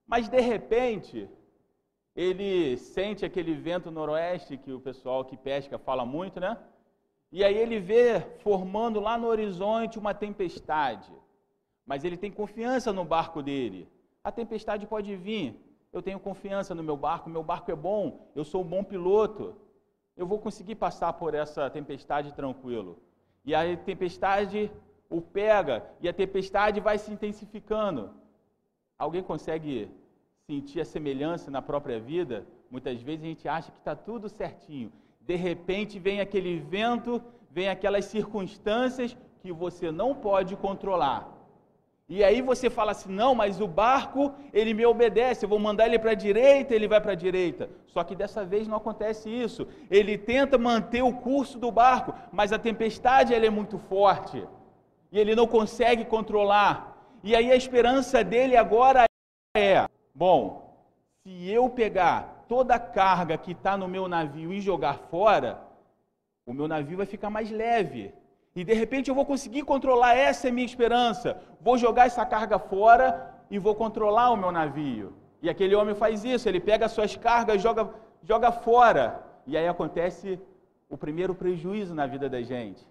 Mas de repente, ele sente aquele vento noroeste que o pessoal que pesca fala muito, né? E aí ele vê formando lá no horizonte uma tempestade. Mas ele tem confiança no barco dele. A tempestade pode vir. Eu tenho confiança no meu barco é bom, eu sou um bom piloto. Eu vou conseguir passar por essa tempestade tranquilo. E a tempestade o pega, e a tempestade vai se intensificando. Alguém consegue sentir a semelhança na própria vida? Muitas vezes a gente acha que está tudo certinho. De repente vem aquele vento, vem aquelas circunstâncias que você não pode controlar. E aí você fala assim, não, mas o barco, ele me obedece, eu vou mandar ele para a direita, ele vai para a direita. Só que dessa vez não acontece isso. Ele tenta manter o curso do barco, mas a tempestade ela é muito forte. E ele não consegue controlar. E aí a esperança dele agora é, bom, se eu pegar toda a carga que está no meu navio e jogar fora, o meu navio vai ficar mais leve. E de repente eu vou conseguir controlar, essa é a minha esperança. Vou jogar essa carga fora e vou controlar o meu navio. E aquele homem faz isso, ele pega as suas cargas e joga fora. E aí acontece o primeiro prejuízo na vida da gente.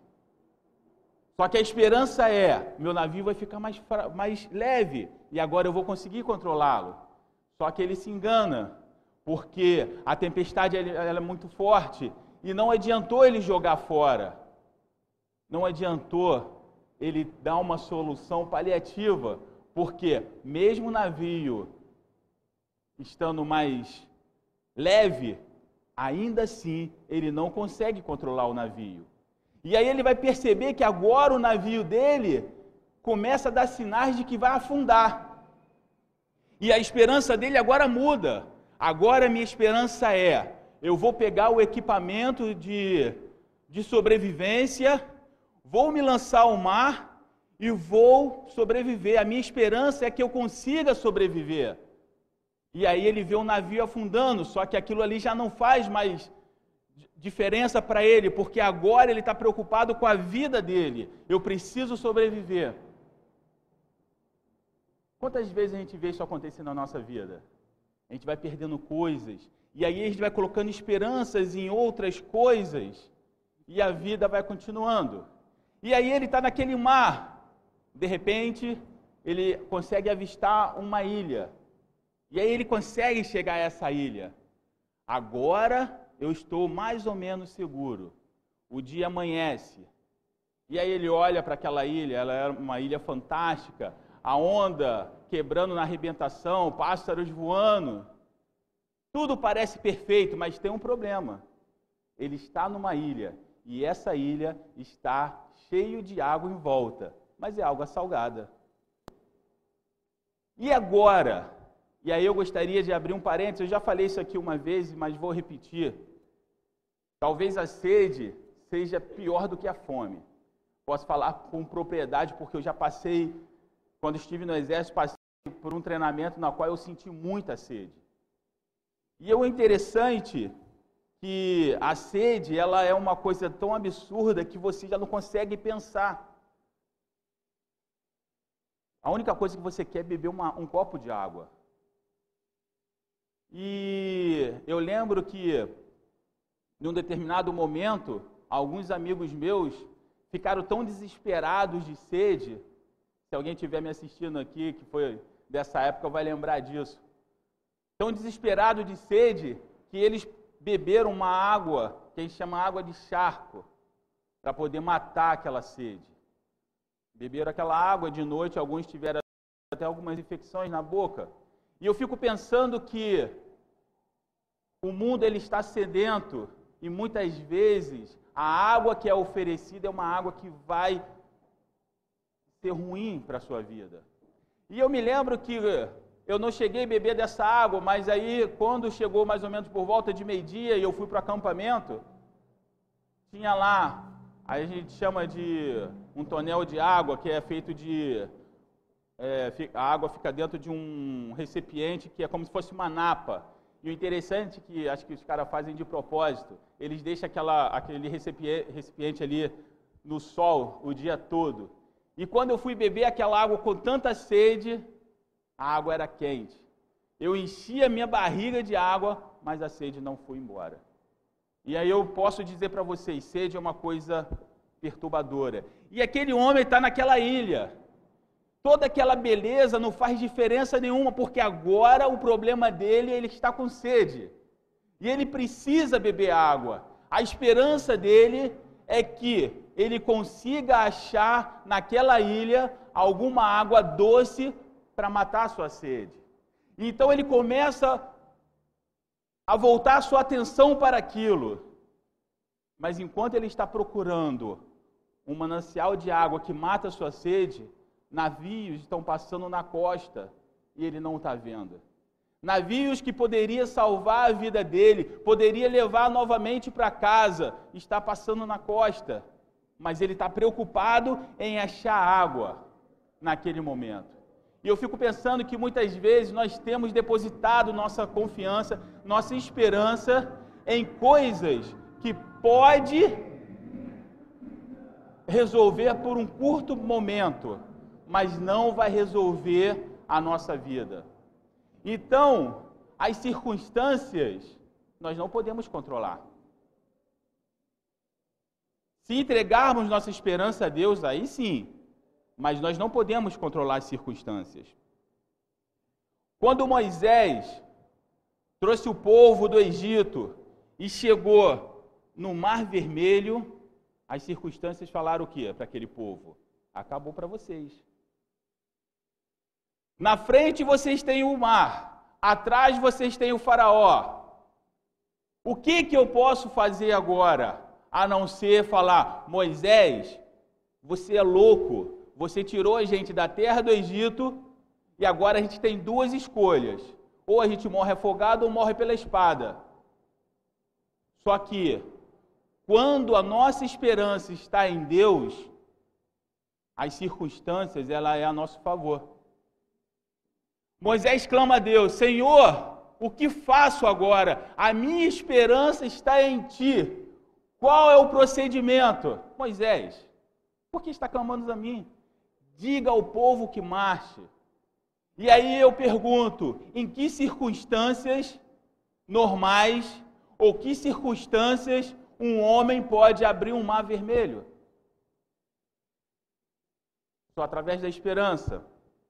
Só que a esperança é, meu navio vai ficar mais leve e agora eu vou conseguir controlá-lo. Só que ele se engana, porque a tempestade ela é muito forte e não adiantou ele jogar fora. Não adiantou ele dar uma solução paliativa, porque mesmo o navio estando mais leve, ainda assim ele não consegue controlar o navio. E aí ele vai perceber que agora o navio dele começa a dar sinais de que vai afundar. E a esperança dele agora muda. Agora a minha esperança é, eu vou pegar o equipamento de sobrevivência, vou me lançar ao mar e vou sobreviver. A minha esperança é que eu consiga sobreviver. E aí ele vê o navio afundando, só que aquilo ali já não faz mais diferença para ele, porque agora ele está preocupado com a vida dele. Eu preciso sobreviver. Quantas vezes a gente vê isso acontecer na nossa vida? A gente vai perdendo coisas, e aí a gente vai colocando esperanças em outras coisas, e a vida vai continuando. E aí ele está naquele mar, de repente ele consegue avistar uma ilha, e aí ele consegue chegar a essa ilha. Agora eu estou mais ou menos seguro. O dia amanhece, e aí ele olha para aquela ilha, ela é uma ilha fantástica, a onda quebrando na arrebentação, pássaros voando, tudo parece perfeito, mas tem um problema. Ele está numa ilha, e essa ilha está cheio de água em volta, mas é água salgada. E agora? E aí eu gostaria de abrir um parênteses, eu já falei isso aqui uma vez, mas vou repetir. Talvez a sede seja pior do que a fome. Posso falar com propriedade, porque eu já passei, quando estive no exército, passei por um treinamento na qual eu senti muita sede. E o interessante que a sede, ela é uma coisa tão absurda que você já não consegue pensar. A única coisa que você quer é beber um copo de água. E eu lembro que, num determinado momento, alguns amigos meus ficaram tão desesperados de sede, se alguém estiver me assistindo aqui, que foi dessa época, vai lembrar disso. Tão desesperados de sede, que eles beberam uma água, que a gente chama água de charco, para poder matar aquela sede. Beberam aquela água de noite, alguns tiveram até algumas infecções na boca. E eu fico pensando que o mundo ele está sedento e muitas vezes a água que é oferecida é uma água que vai ser ruim para a sua vida. E eu me lembro que eu não cheguei a beber dessa água, mas aí quando chegou mais ou menos por volta de meio-dia e eu fui para o acampamento, tinha lá, aí a gente chama de um tonel de água, que é feito de... a água fica dentro de um recipiente que é como se fosse uma napa. E o interessante é que, acho que os caras fazem de propósito, eles deixam aquele recipiente ali no sol o dia todo. E quando eu fui beber aquela água com tanta sede, a água era quente. Eu enchi a minha barriga de água, mas a sede não foi embora. E aí eu posso dizer para vocês, sede é uma coisa perturbadora. E aquele homem está naquela ilha. Toda aquela beleza não faz diferença nenhuma, porque agora o problema dele, ele está com sede. E ele precisa beber água. A esperança dele é que ele consiga achar naquela ilha alguma água doce para matar a sua sede. Então ele começa a voltar a sua atenção para aquilo. Mas enquanto ele está procurando um manancial de água que mata a sua sede, navios estão passando na costa e ele não está vendo. Navios que poderia salvar a vida dele, poderia levar novamente para casa, está passando na costa, mas ele está preocupado em achar água naquele momento. E eu fico pensando que muitas vezes nós temos depositado nossa confiança, nossa esperança em coisas que pode resolver por um curto momento, mas não vai resolver a nossa vida. Então, as circunstâncias nós não podemos controlar. Se entregarmos nossa esperança a Deus, aí sim, mas nós não podemos controlar as circunstâncias. Quando Moisés trouxe o povo do Egito e chegou no Mar Vermelho, as circunstâncias falaram o quê para aquele povo? Acabou para vocês. Na frente vocês têm o mar, atrás vocês têm o faraó. O que eu posso fazer agora, a não ser falar, Moisés, você é louco, você tirou a gente da terra do Egito e agora a gente tem duas escolhas, ou a gente morre afogado ou morre pela espada. Só que, quando a nossa esperança está em Deus, as circunstâncias, ela é a nosso favor. Moisés clama a Deus, Senhor, o que faço agora? A minha esperança está em Ti. Qual é o procedimento? Moisés, por que está clamando a mim? Diga ao povo que marche. E aí eu pergunto, em que circunstâncias normais ou que circunstâncias um homem pode abrir um mar vermelho? Só através da esperança.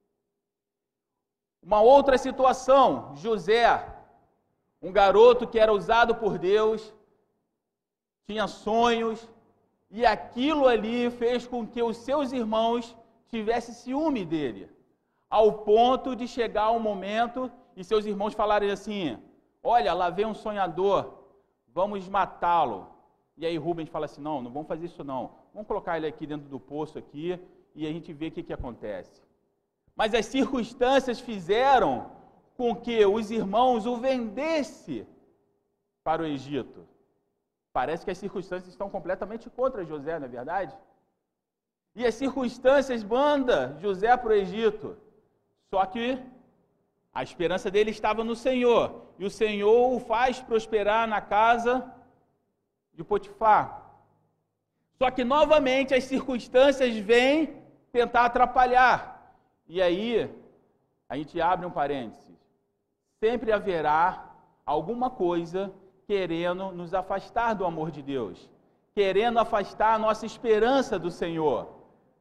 Uma outra situação, José, um garoto que era usado por Deus, tinha sonhos, e aquilo ali fez com que os seus irmãos tivessem ciúme dele, ao ponto de chegar um momento e seus irmãos falarem assim, olha, lá vem um sonhador, vamos matá-lo. E aí Rubens fala assim, não vamos fazer isso não, vamos colocar ele aqui dentro do poço aqui, e a gente vê o que acontece. Mas as circunstâncias fizeram com que os irmãos o vendessem para o Egito. Parece que as circunstâncias estão completamente contra José, não é verdade? E as circunstâncias mandam José para o Egito. Só que a esperança dele estava no Senhor. E o Senhor o faz prosperar na casa de Potifar. Só que novamente as circunstâncias vêm tentar atrapalhar. E aí, a gente abre um parênteses. Sempre haverá alguma coisa querendo nos afastar do amor de Deus, querendo afastar a nossa esperança do Senhor.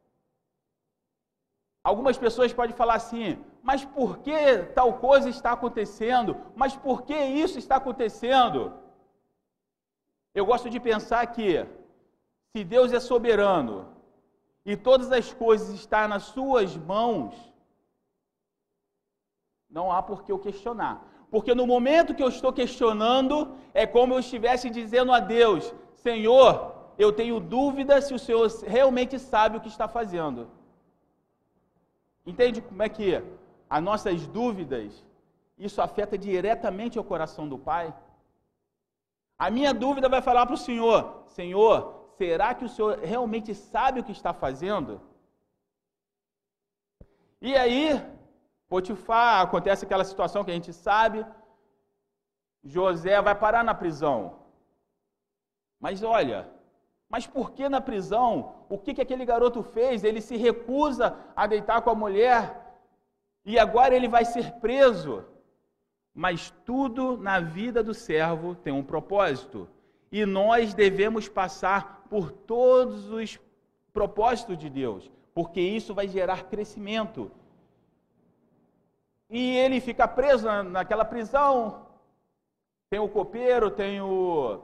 Algumas pessoas podem falar assim, mas por que tal coisa está acontecendo? Mas por que isso está acontecendo? Eu gosto de pensar que, se Deus é soberano, e todas as coisas estão nas suas mãos, não há por que eu questionar. Porque no momento que eu estou questionando, é como eu estivesse dizendo a Deus, Senhor, eu tenho dúvida se o Senhor realmente sabe o que está fazendo. Entende como é que as nossas dúvidas, isso afeta diretamente o coração do Pai? A minha dúvida vai falar para o Senhor, Senhor, será que o Senhor realmente sabe o que está fazendo? E aí, Potifar, acontece aquela situação que a gente sabe, José vai parar na prisão. Mas olha, mas por que na prisão? O que aquele garoto fez? Ele se recusa a deitar com a mulher e agora ele vai ser preso. Mas tudo na vida do servo tem um propósito. E nós devemos passar por todos os propósitos de Deus, porque isso vai gerar crescimento. E ele fica preso naquela prisão. Tem o copeiro, tem o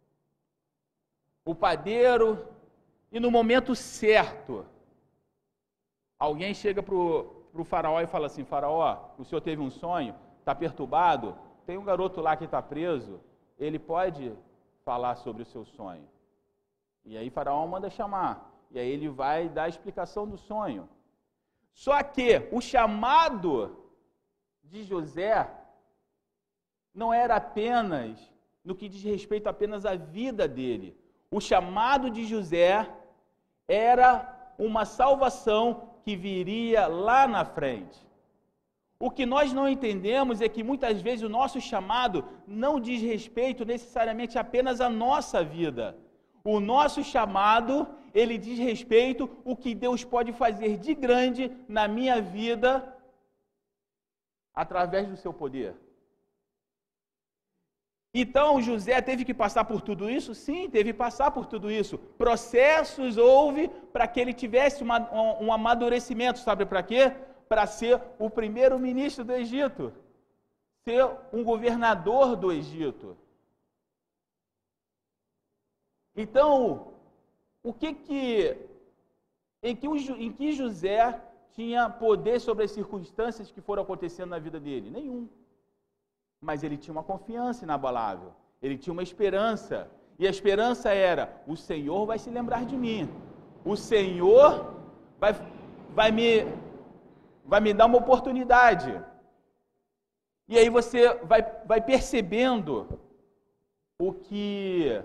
padeiro, e no momento certo, alguém chega para o faraó e fala assim: faraó, o senhor teve um sonho, está perturbado, tem um garoto lá que está preso, ele pode falar sobre o seu sonho. E aí faraó manda chamar, e aí ele vai dar a explicação do sonho. Só que o chamado de José não era apenas no que diz respeito apenas à vida dele. O chamado de José era uma salvação que viria lá na frente. O que nós não entendemos é que muitas vezes o nosso chamado não diz respeito necessariamente apenas à nossa vida. O nosso chamado, ele diz respeito ao que Deus pode fazer de grande na minha vida através do seu poder. Então, José teve que passar por tudo isso? Sim, teve que passar por tudo isso. Processos houve para que ele tivesse um amadurecimento, sabe para quê? Para ser o primeiro-ministro do Egito, ser um governador do Egito. Então, em que José tinha poder sobre as circunstâncias que foram acontecendo na vida dele? Nenhum. Mas ele tinha uma confiança inabalável, ele tinha uma esperança, e a esperança era: o Senhor vai se lembrar de mim, o Senhor vai me dar uma oportunidade. E aí você vai percebendo o que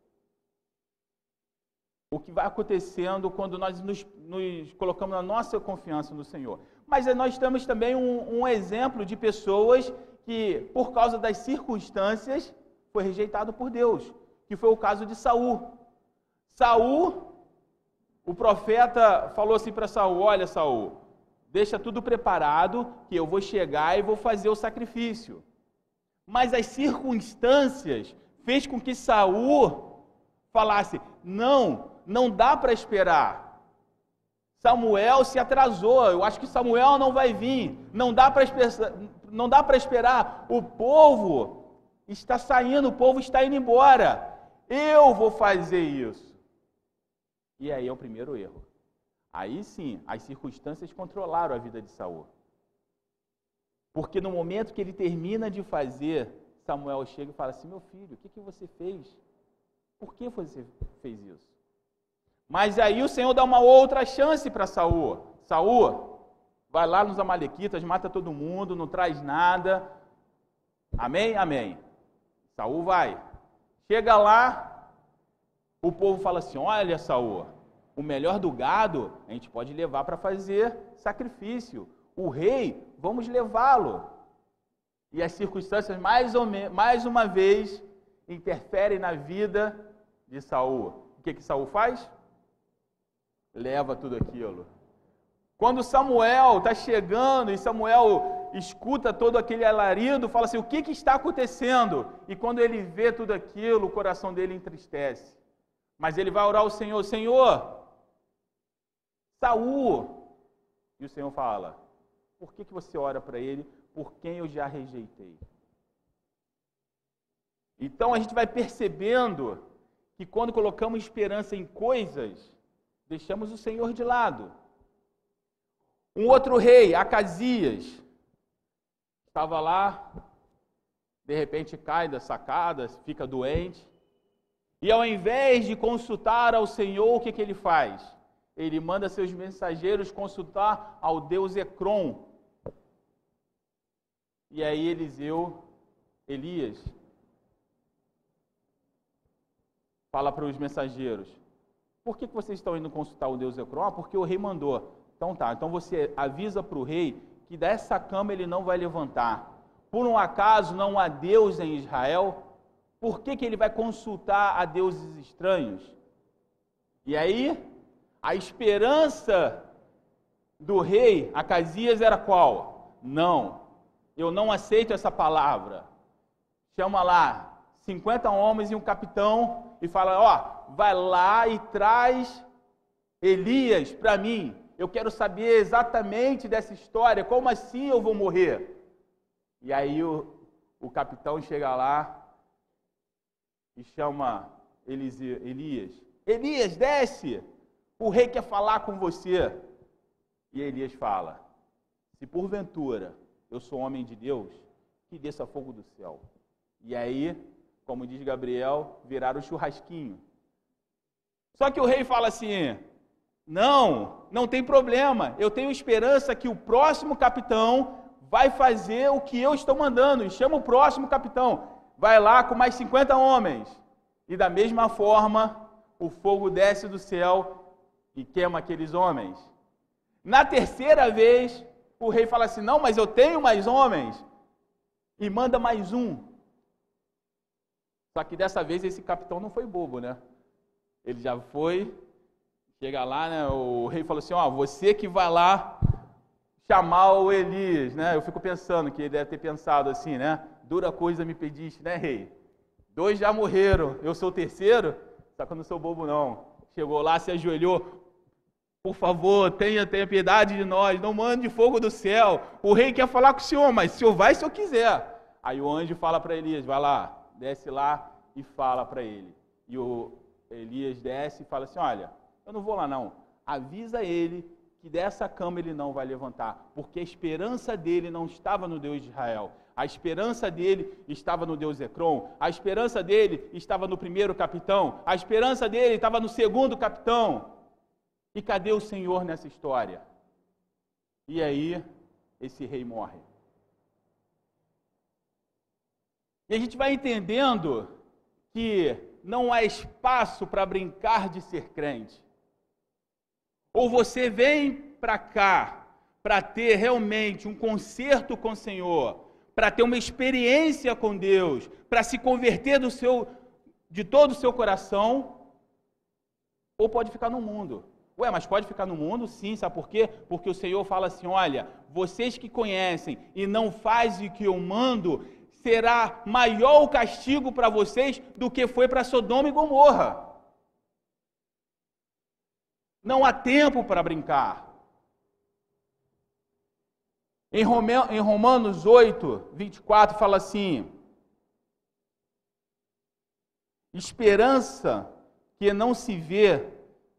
vai acontecendo quando nós nos colocamos a nossa confiança no Senhor. Mas nós temos também um exemplo de pessoas que, por causa das circunstâncias, foi rejeitado por Deus, que foi o caso de Saul. Saul, o profeta falou assim para Saul: olha, Saul, deixa tudo preparado, que eu vou chegar e vou fazer o sacrifício. Mas as circunstâncias fez com que Saul falasse: não dá para esperar. Samuel se atrasou, eu acho que Samuel não vai vir, não dá para esperar, o povo está saindo, o povo está indo embora, eu vou fazer isso. E aí é o primeiro erro. Aí sim, as circunstâncias controlaram a vida de Saul. Porque no momento que ele termina de fazer, Samuel chega e fala assim: meu filho, o que você fez? Por que você fez isso? Mas aí o Senhor dá uma outra chance para Saul. Saul, vai lá nos amalequitas, mata todo mundo, não traz nada. Amém? Amém. Saul vai. Chega lá, o povo fala assim: olha, Saul, o melhor do gado a gente pode levar para fazer sacrifício. O rei, vamos levá-lo. E as circunstâncias, mais uma vez, interferem na vida de Saul. O que Saul faz? Leva tudo aquilo. Quando Samuel está chegando e Samuel escuta todo aquele alarido, fala assim: o que está acontecendo? E quando ele vê tudo aquilo, o coração dele entristece. Mas ele vai orar ao Senhor: Senhor, Saul. E o Senhor fala: por que você ora para ele? Por quem eu já rejeitei. Então a gente vai percebendo que quando colocamos esperança em coisas, deixamos o Senhor de lado. Um outro rei, Acasias, estava lá, de repente cai da sacada, fica doente, e ao invés de consultar ao Senhor, o que ele faz? Ele manda seus mensageiros consultar ao deus Ecrom. E aí Elias, fala para os mensageiros: por que vocês estão indo consultar o deus Ecrom? Porque o rei mandou. Então tá, então você avisa para o rei que dessa cama ele não vai levantar. Por um acaso não há Deus em Israel? Por que ele vai consultar a deuses estranhos? E aí, a esperança do rei Acasias era qual? Não, eu não aceito essa palavra. Chama lá 50 homens e um capitão e fala, ó, vai lá e traz Elias para mim. Eu quero saber exatamente dessa história, como assim eu vou morrer? E aí o capitão chega lá e chama Elias. Elias, desce! O rei quer falar com você. E Elias fala, se porventura eu sou homem de Deus, que desça fogo do céu. E aí, como diz Gabriel, viraram o churrasquinho. Só que o rei fala assim, não tem problema, eu tenho esperança que o próximo capitão vai fazer o que eu estou mandando, e chama o próximo capitão, vai lá com mais 50 homens, e da mesma forma, o fogo desce do céu e queima aqueles homens. Na terceira vez, o rei fala assim, não, mas eu tenho mais homens, e manda mais um. Só que dessa vez esse capitão não foi bobo, né? Ele já foi, chega lá, né? O rei falou assim, ó, você que vai lá chamar o Elias, né? Eu fico pensando que ele deve ter pensado assim, né? Dura coisa me pediste, né, rei? 2 já morreram, eu sou o terceiro? Só que eu não sou bobo, não. Chegou lá, se ajoelhou, por favor, tenha piedade de nós, não mande fogo do céu. O rei quer falar com o senhor, mas o senhor vai se eu quiser. Aí o anjo fala para Elias, vai lá, desce lá e fala para ele. E o Elias desce e fala assim, olha, eu não vou lá não, avisa ele que dessa cama ele não vai levantar, porque a esperança dele não estava no Deus de Israel, a esperança dele estava no Deus Ecrom, a esperança dele estava no primeiro capitão, a esperança dele estava no segundo capitão. E cadê o Senhor nessa história? E aí, esse rei morre. E a gente vai entendendo que não há espaço para brincar de ser crente. Ou você vem para cá para ter realmente um concerto com o Senhor, para ter uma experiência com Deus, para se converter de todo o seu coração, ou pode ficar no mundo. Ué, mas pode ficar no mundo? Sim, sabe por quê? Porque o Senhor fala assim, olha, vocês que conhecem e não fazem o que eu mando, será maior o castigo para vocês do que foi para Sodoma e Gomorra. Não há tempo para brincar. Em Romanos 8, 24, fala assim, esperança que não se vê,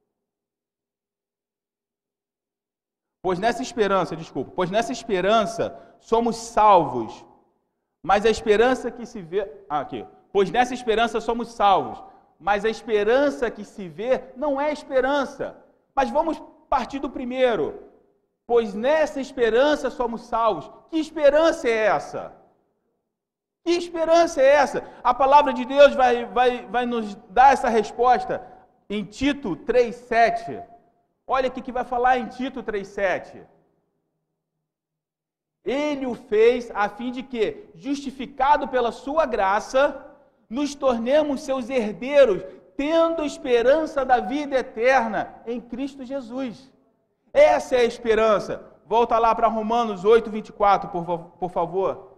pois nessa esperança somos salvos, mas a esperança que se vê, pois nessa esperança somos salvos, mas a esperança que se vê não é esperança. Mas vamos partir do primeiro, pois nessa esperança somos salvos. Que esperança é essa? Que esperança é essa? A palavra de Deus vai nos dar essa resposta em Tito 3,7. Olha o que vai falar em Tito 3,7. Ele o fez a fim de que, justificado pela sua graça, nos tornemos seus herdeiros, tendo esperança da vida eterna em Cristo Jesus. Essa é a esperança. Volta lá para Romanos 8, 24, por favor.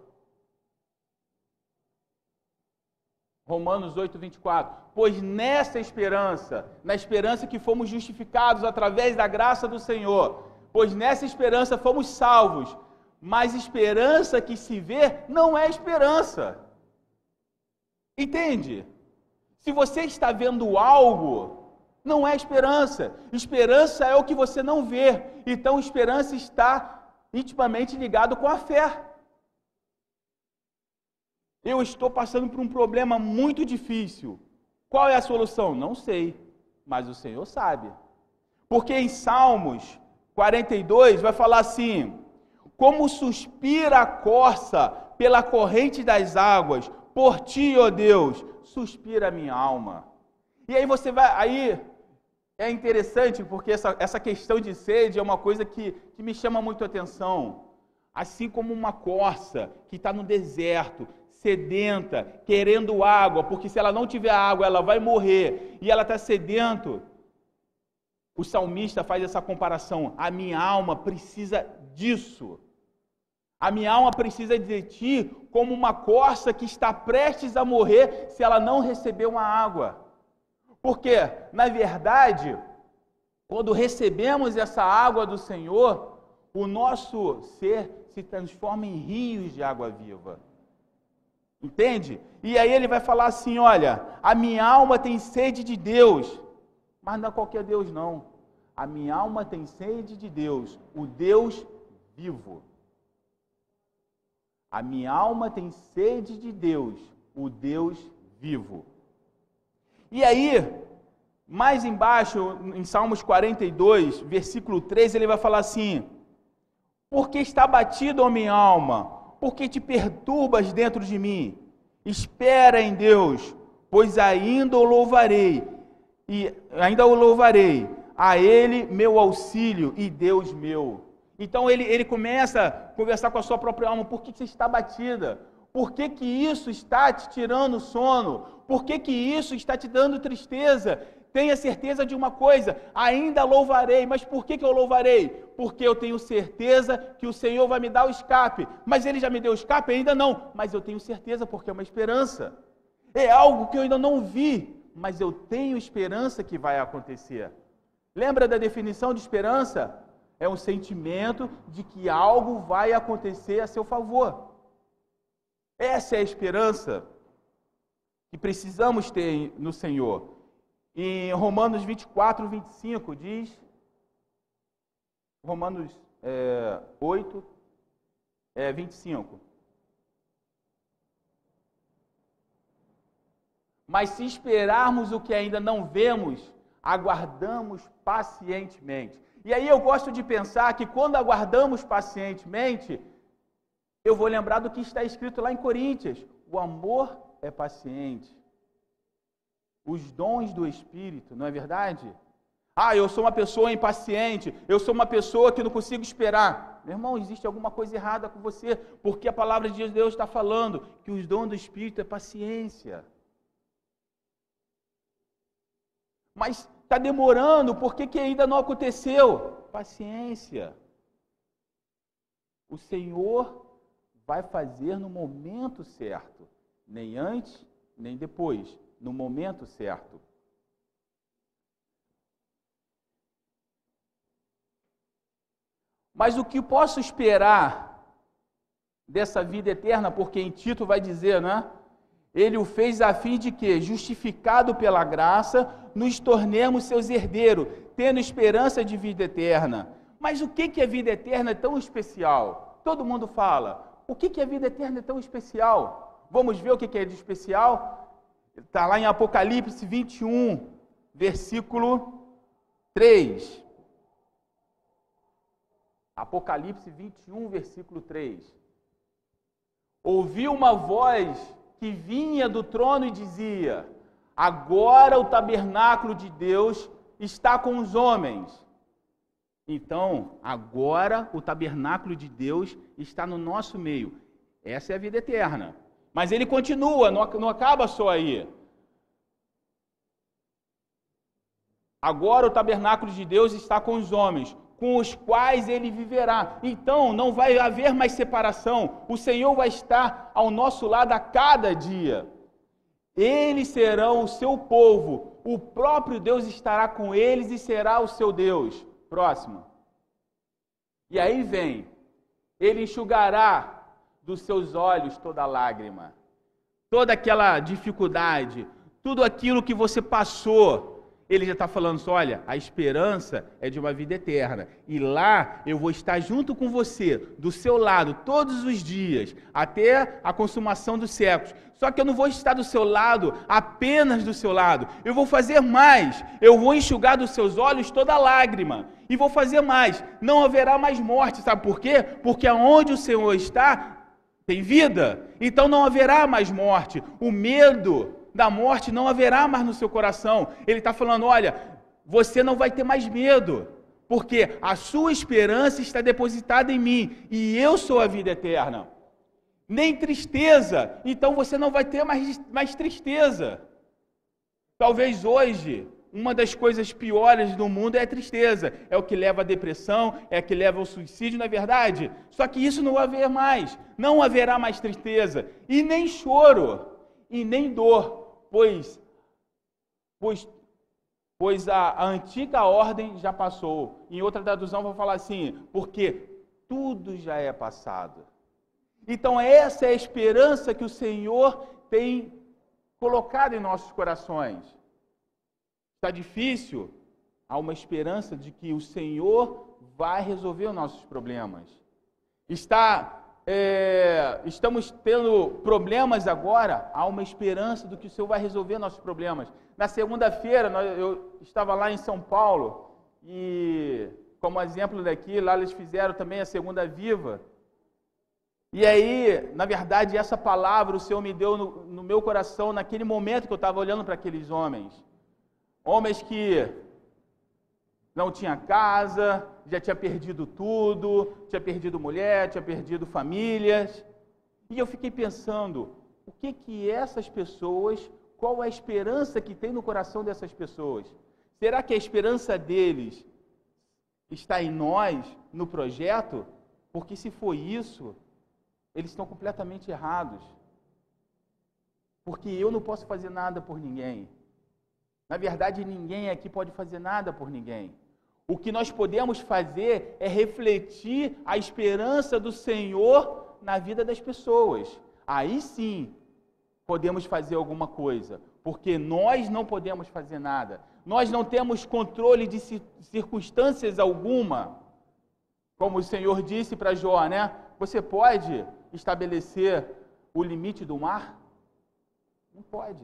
Romanos 8, 24. Pois nessa esperança, na esperança que fomos justificados através da graça do Senhor, pois nessa esperança fomos salvos, mas esperança que se vê não é esperança. Entende? Se você está vendo algo, não é esperança. Esperança é o que você não vê. Então, esperança está intimamente ligado com a fé. Eu estou passando por um problema muito difícil. Qual é a solução? Não sei, mas o Senhor sabe. Porque em Salmos 42 vai falar assim, como suspira a corça pela corrente das águas, por ti, ó Deus, suspira a minha alma. E aí você vai, aí é interessante porque essa questão de sede é uma coisa que me chama muito a atenção. Assim como uma corça que está no deserto, sedenta, querendo água, porque se ela não tiver água, ela vai morrer, e ela está sedento. O salmista faz essa comparação, a minha alma precisa disso. A minha alma precisa de ti como uma corça que está prestes a morrer se ela não receber uma água. Porque, na verdade, quando recebemos essa água do Senhor, o nosso ser se transforma em rios de água viva. Entende? E aí ele vai falar assim, olha, a minha alma tem sede de Deus, mas não é qualquer Deus não. A minha alma tem sede de Deus, o Deus vivo. A minha alma tem sede de Deus, o Deus vivo. E aí, mais embaixo, em Salmos 42, versículo 3, ele vai falar assim, porque está batido a minha alma, porque te perturbas dentro de mim? Espera em Deus, pois ainda o louvarei, a Ele meu auxílio e Deus meu. Então ele começa a conversar com a sua própria alma, por que você está batida? Por que isso está te tirando o sono? Por que isso está te dando tristeza? Tenha certeza de uma coisa, ainda louvarei. Mas por que eu louvarei? Porque eu tenho certeza que o Senhor vai me dar o escape. Mas Ele já me deu o escape? Ainda não. Mas eu tenho certeza porque é uma esperança. É algo que eu ainda não vi, mas eu tenho esperança que vai acontecer. Lembra da definição de esperança? É um sentimento de que algo vai acontecer a seu favor. Essa é a esperança que precisamos ter no Senhor. Em Romanos 24, 25 diz, Romanos 8, 25. Mas se esperarmos o que ainda não vemos, aguardamos pacientemente. E aí eu gosto de pensar que quando aguardamos pacientemente, eu vou lembrar do que está escrito lá em Coríntios. O amor é paciente. Os dons do Espírito, não é verdade? Ah, eu sou uma pessoa impaciente, eu sou uma pessoa que não consigo esperar. Meu irmão, existe alguma coisa errada com você, porque a palavra de Deus está falando que os dons do Espírito é paciência. Mas está demorando, por que ainda não aconteceu? Paciência. O Senhor vai fazer no momento certo, nem antes, nem depois, no momento certo. Mas o que posso esperar dessa vida eterna, porque em Tito vai dizer, né? Ele o fez a fim de que, justificado pela graça, nos tornemos seus herdeiros, tendo esperança de vida eterna. Mas o que é vida eterna tão especial? Todo mundo fala, o que é vida eterna tão especial? Vamos ver o que é de especial? Está lá em Apocalipse 21, versículo 3. Apocalipse 21, versículo 3. Ouvi uma voz que vinha do trono e dizia, agora o tabernáculo de Deus está com os homens. Então, agora o tabernáculo de Deus está no nosso meio. Essa é a vida eterna. Mas ele continua, não acaba só aí. Agora o tabernáculo de Deus está com os homens, com os quais ele viverá. Então, não vai haver mais separação. O Senhor vai estar ao nosso lado a cada dia. Eles serão o seu povo. O próprio Deus estará com eles e será o seu Deus. Próximo. E aí vem, ele enxugará dos seus olhos toda lágrima, toda aquela dificuldade, tudo aquilo que você passou. Ele já está falando assim, olha, a esperança é de uma vida eterna. E lá eu vou estar junto com você, do seu lado, todos os dias, até a consumação dos séculos. Só que eu não vou estar do seu lado, apenas do seu lado. Eu vou fazer mais. Eu vou enxugar dos seus olhos toda lágrima. E vou fazer mais. Não haverá mais morte. Sabe por quê? Porque aonde o Senhor está, tem vida. Então não haverá mais morte. O medo da morte não haverá mais no seu coração. Ele está falando, olha, você não vai ter mais medo, porque a sua esperança está depositada em mim, e eu sou a vida eterna. Nem tristeza, então você não vai ter mais tristeza. Talvez hoje uma das coisas piores do mundo é a tristeza. É o que leva à depressão, é o que leva ao suicídio, não é verdade? Só que isso não vai haver mais. Não haverá mais tristeza, e nem choro, e nem dor, pois a antiga ordem já passou. Em outra tradução, vou falar assim, porque tudo já é passado. Então, essa é a esperança que o Senhor tem colocado em nossos corações. Está difícil? Há uma esperança de que o Senhor vai resolver os nossos problemas. Estamos tendo problemas agora, há uma esperança de que o Senhor vai resolver nossos problemas. Na segunda-feira, eu estava lá em São Paulo, e como exemplo daqui, lá eles fizeram também a Segunda Viva. E aí, na verdade, essa palavra o Senhor me deu no meu coração, naquele momento que eu estava olhando para aqueles homens. Homens que não tinha casa, já tinha perdido tudo, tinha perdido mulher, tinha perdido famílias. E eu fiquei pensando, o que essas pessoas, qual a esperança que tem no coração dessas pessoas? Será que a esperança deles está em nós, no projeto? Porque se for isso, eles estão completamente errados. Porque eu não posso fazer nada por ninguém. Na verdade, ninguém aqui pode fazer nada por ninguém. O que nós podemos fazer é refletir a esperança do Senhor na vida das pessoas. Aí sim, podemos fazer alguma coisa, porque nós não podemos fazer nada. Nós não temos controle de circunstâncias alguma. Como o Senhor disse para Jó, né? Você pode estabelecer o limite do mar? Não pode.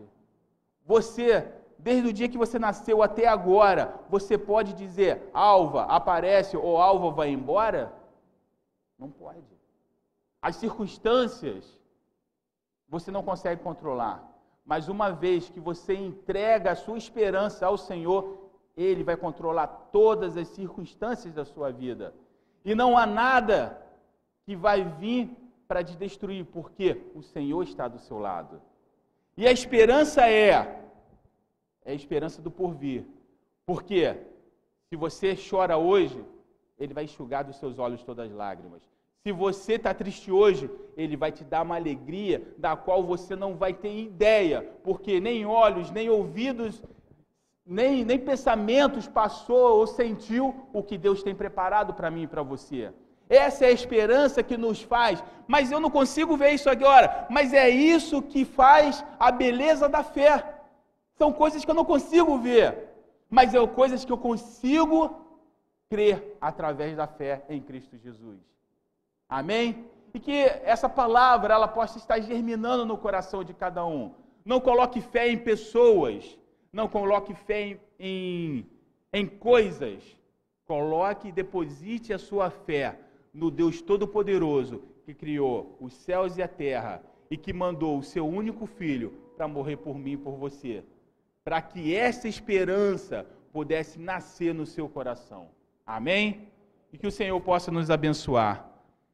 Você, desde o dia que você nasceu até agora, você pode dizer, alva, aparece, ou alva vai embora? Não pode. As circunstâncias, você não consegue controlar. Mas uma vez que você entrega a sua esperança ao Senhor, Ele vai controlar todas as circunstâncias da sua vida. E não há nada que vai vir para te destruir, porque o Senhor está do seu lado. E a esperança é a esperança do porvir. Porque se você chora hoje, Ele vai enxugar dos seus olhos todas as lágrimas. Se você está triste hoje, Ele vai te dar uma alegria da qual você não vai ter ideia, porque nem olhos, nem ouvidos, nem pensamentos passou ou sentiu o que Deus tem preparado para mim e para você. Essa é a esperança que nos faz, mas eu não consigo ver isso agora, mas é isso que faz a beleza da fé. São coisas que eu não consigo ver, mas são coisas que eu consigo crer através da fé em Cristo Jesus. Amém? E que essa palavra, ela possa estar germinando no coração de cada um. Não coloque fé em pessoas, não coloque fé em coisas. Coloque e deposite a sua fé no Deus Todo-Poderoso, que criou os céus e a terra, e que mandou o seu único Filho para morrer por mim e por você, para que essa esperança pudesse nascer no seu coração. Amém? E que o Senhor possa nos abençoar.